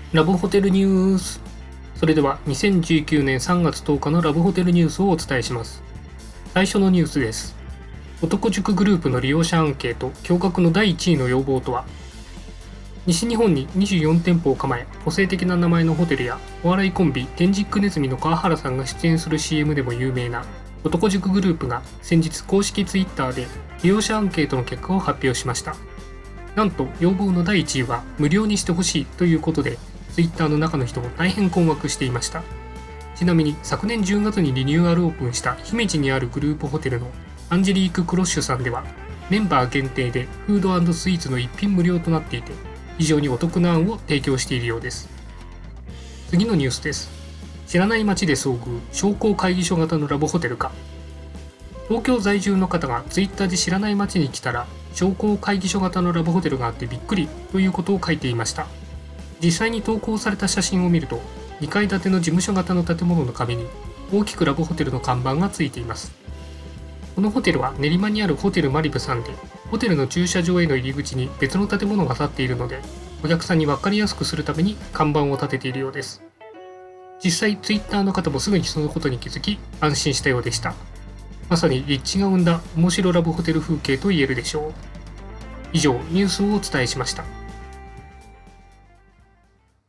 ラブホテルニュース。それでは2019年3月10日のラブホテルニュースをお伝えします。最初のニュースです。男塾グループの利用者アンケート驚愕の第1位の要望とは。西日本に24店舗を構え、個性的な名前のホテルやお笑いコンビ天竺ネズミの川原さんが出演する CM でも有名な男塾グループが先日公式 Twitter で利用者アンケートの結果を発表しました。なんと要望の第1位は無料にしてほしいということで、Twitter の中の人も大変困惑していました。ちなみに昨年10月にリニューアルオープンした姫路にあるグループホテルのアンジェリーク・クロッシュさんでは、メンバー限定でフード&スイーツの一品無料となっていて、非常にお得な案を提供しているようです。次のニュースです。知らない街で遭遇、商工会議所型のラブホテルか。東京在住の方が Twitter で知らない街に来たら商工会議所型のラブホテルがあってびっくりということを書いていました。実際に投稿された写真を見ると、2階建ての事務所型の建物の壁に大きくラブホテルの看板がついています。このホテルは練馬にあるホテルマリブさんで、ホテルの駐車場への入り口に別の建物が建っているので、お客さんに分かりやすくするために看板を立てているようです。実際 Twitter の方もすぐにそのことに気づき安心したようでした。まさに立地が生んだ面白ラブホテル風景と言えるでしょう。以上、ニュースをお伝えしました。